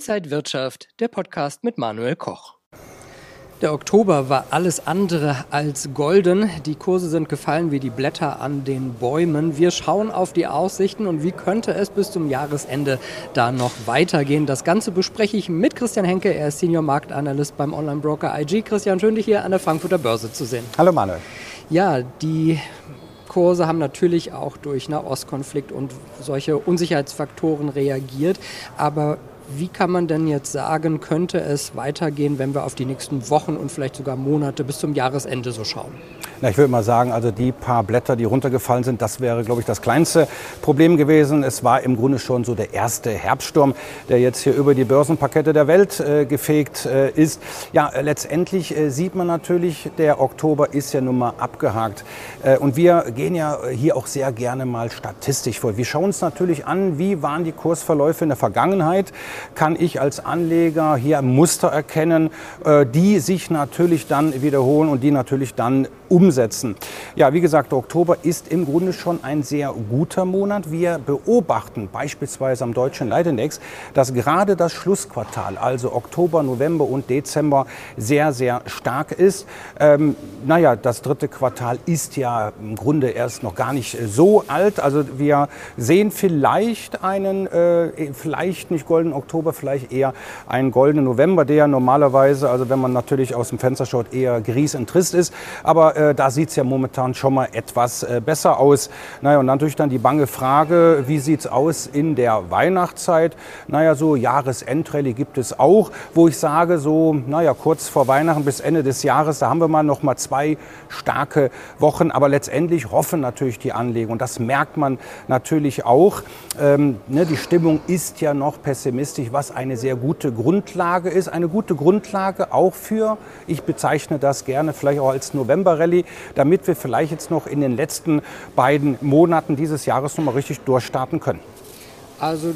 Inside Wirtschaft, der Podcast mit Manuel Koch. Der Oktober war alles andere als golden. Die Kurse sind gefallen wie die Blätter an den Bäumen. Wir schauen auf die Aussichten und wie könnte es bis zum Jahresende da noch weitergehen. Das Ganze bespreche ich mit Christian Henke. Er ist Senior Marktanalyst beim Online-Broker IG. Christian, schön, dich hier an der Frankfurter Börse zu sehen. Hallo Manuel. Ja, die Kurse haben natürlich auch durch Nahostkonflikt und solche Unsicherheitsfaktoren reagiert. Aber wie kann man denn jetzt sagen, könnte es weitergehen, wenn wir auf die nächsten Wochen und vielleicht sogar Monate bis zum Jahresende so schauen? Na, ich würde mal sagen, also die paar Blätter, die runtergefallen sind, das wäre, glaube ich, das kleinste Problem gewesen. Es war im Grunde schon so der erste Herbststurm, der jetzt hier über die Börsenparkette der Welt gefegt ist. Ja, letztendlich sieht man natürlich, der Oktober ist ja nun mal abgehakt. Und wir gehen ja hier auch sehr gerne mal statistisch vor. Wir schauen uns natürlich an, wie waren die Kursverläufe in der Vergangenheit. Kann ich als Anleger hier Muster erkennen, die sich natürlich dann wiederholen und die natürlich dann umsetzen. Ja, wie gesagt, der Oktober ist im Grunde schon ein sehr guter Monat. Wir beobachten beispielsweise am Deutschen Leitindex, dass gerade das Schlussquartal, also Oktober, November und Dezember, sehr, sehr stark ist. Das dritte Quartal ist ja im Grunde erst noch gar nicht so alt. Also wir sehen vielleicht einen, vielleicht nicht goldenen Oktober, vielleicht eher einen goldenen November, der normalerweise, also wenn man natürlich aus dem Fenster schaut, eher gris und trist ist. Aber da sieht es ja momentan schon mal etwas besser aus. Naja, und natürlich dann die bange Frage, wie sieht es aus in der Weihnachtszeit? Naja, so Jahresendrallye gibt es auch, wo ich sage, so, naja, kurz vor Weihnachten bis Ende des Jahres, da haben wir mal noch mal 2 starke Wochen. Aber letztendlich hoffen natürlich die Anleger, und das merkt man natürlich auch, die Stimmung ist ja noch pessimistisch, was eine sehr gute Grundlage ist. Eine gute Grundlage auch für, ich bezeichne das gerne vielleicht auch als November-Rallye, damit wir vielleicht jetzt noch in den letzten beiden Monaten dieses Jahres noch mal richtig durchstarten können. Also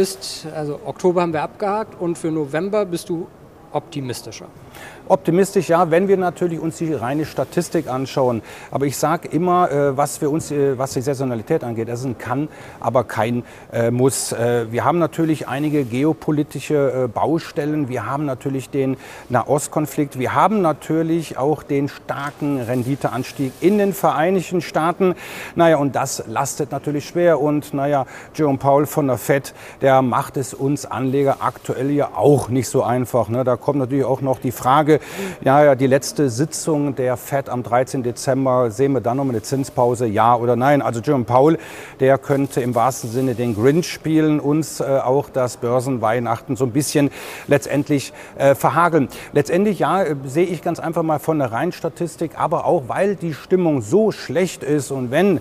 Oktober haben wir abgehakt und für November bist du optimistischer? Optimistisch, ja, wenn wir natürlich uns die reine Statistik anschauen. Aber ich sage immer, was die Saisonalität angeht, das ist ein Kann, aber kein Muss. Wir haben natürlich einige geopolitische Baustellen. Wir haben natürlich den Nahostkonflikt. Wir haben natürlich auch den starken Renditeanstieg in den Vereinigten Staaten. Naja, und das lastet natürlich schwer. Und naja, Jerome Powell von der Fed, der macht es uns Anleger aktuell ja auch nicht so einfach. Ne? Da kommt natürlich auch noch die Frage, ja, die letzte Sitzung der Fed am 13. Dezember, sehen wir dann noch eine Zinspause, ja oder nein? Also Jerome Powell, der könnte im wahrsten Sinne den Grinch spielen, uns auch das Börsenweihnachten so ein bisschen letztendlich verhageln. Letztendlich, ja, sehe ich ganz einfach mal von der reinen Statistik, aber auch, weil die Stimmung so schlecht ist und wenn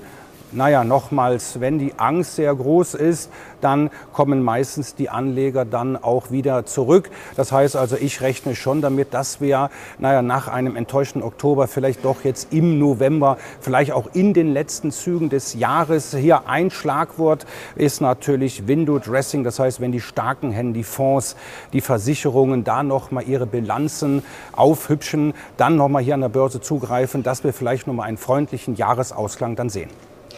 die Angst sehr groß ist, dann kommen meistens die Anleger dann auch wieder zurück. Das heißt also, ich rechne schon damit, dass wir nach einem enttäuschten Oktober vielleicht doch jetzt im November, vielleicht auch in den letzten Zügen des Jahres, hier ein Schlagwort ist natürlich Window Dressing. Das heißt, wenn die starken Hände, die Fonds, die Versicherungen da nochmal ihre Bilanzen aufhübschen, dann nochmal hier an der Börse zugreifen, dass wir vielleicht nochmal einen freundlichen Jahresausklang dann sehen.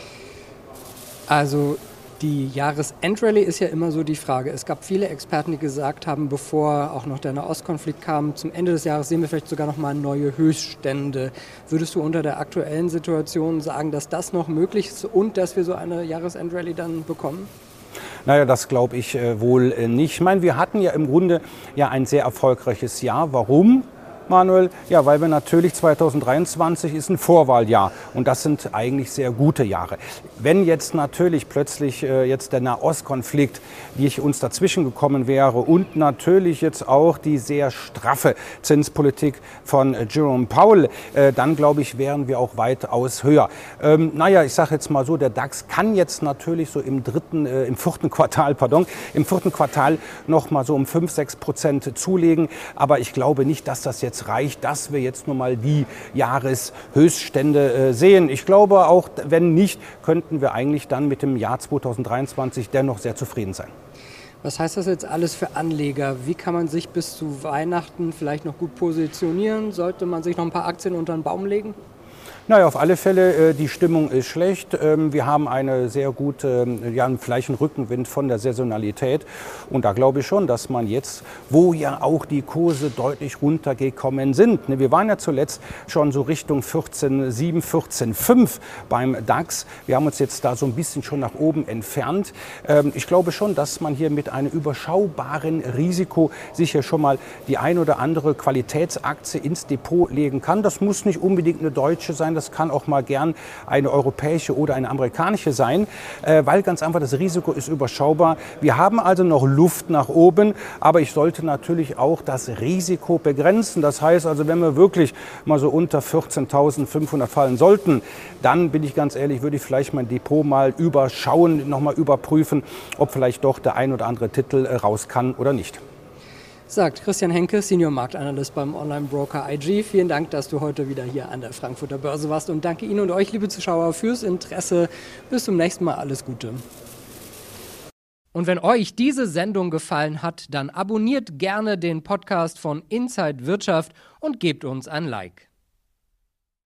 Also die Jahresendrallye ist ja immer so die Frage. Es gab viele Experten, die gesagt haben, bevor auch noch der Nahostkonflikt kam, zum Ende des Jahres sehen wir vielleicht sogar noch mal neue Höchststände. Würdest du unter der aktuellen Situation sagen, dass das noch möglich ist und dass wir so eine Jahresendrallye dann bekommen? Naja, das glaube ich wohl nicht. Ich meine, wir hatten ja im Grunde ein sehr erfolgreiches Jahr. Warum? Manuel, ja, weil wir natürlich 2023 ist ein Vorwahljahr und das sind eigentlich sehr gute Jahre. Wenn jetzt natürlich plötzlich jetzt der Nahostkonflikt, die uns dazwischen gekommen wäre und natürlich jetzt auch die sehr straffe Zinspolitik von Jerome Powell, dann glaube ich, wären wir auch weitaus höher. Ich sage jetzt mal so, der DAX kann jetzt natürlich so im vierten Quartal noch mal so um 5-6% zulegen, aber ich glaube nicht, dass das jetzt reicht, dass wir jetzt nur mal die Jahreshöchststände sehen. Ich glaube auch, wenn nicht, könnten wir eigentlich dann mit dem Jahr 2023 dennoch sehr zufrieden sein. Was heißt das jetzt alles für Anleger? Wie kann man sich bis zu Weihnachten vielleicht noch gut positionieren? Sollte man sich noch ein paar Aktien unter den Baum legen? Naja, auf alle Fälle, die Stimmung ist schlecht. Wir haben eine sehr gute, vielleicht einen Rückenwind von der Saisonalität. Und da glaube ich schon, dass man jetzt, wo ja auch die Kurse deutlich runtergekommen sind. Wir waren ja zuletzt schon so Richtung 14,7, 14,5 beim DAX. Wir haben uns jetzt da so ein bisschen schon nach oben entfernt. Ich glaube schon, dass man hier mit einem überschaubaren Risiko sicher schon mal die ein oder andere Qualitätsaktie ins Depot legen kann. Das muss nicht unbedingt eine deutsche sein. Das kann auch mal gern eine europäische oder eine amerikanische sein, weil ganz einfach das Risiko ist überschaubar. Wir haben also noch Luft nach oben, aber ich sollte natürlich auch das Risiko begrenzen. Das heißt also, wenn wir wirklich mal so unter 14.500 fallen sollten, dann bin ich ganz ehrlich, würde ich vielleicht mein Depot mal überschauen, nochmal überprüfen, ob vielleicht doch der ein oder andere Titel raus kann oder nicht. Sagt Christian Henke, Senior Marktanalyst beim Online-Broker IG. Vielen Dank, dass du heute wieder hier an der Frankfurter Börse warst und danke Ihnen und euch, liebe Zuschauer, fürs Interesse. Bis zum nächsten Mal. Alles Gute. Und wenn euch diese Sendung gefallen hat, dann abonniert gerne den Podcast von Inside Wirtschaft und gebt uns ein Like.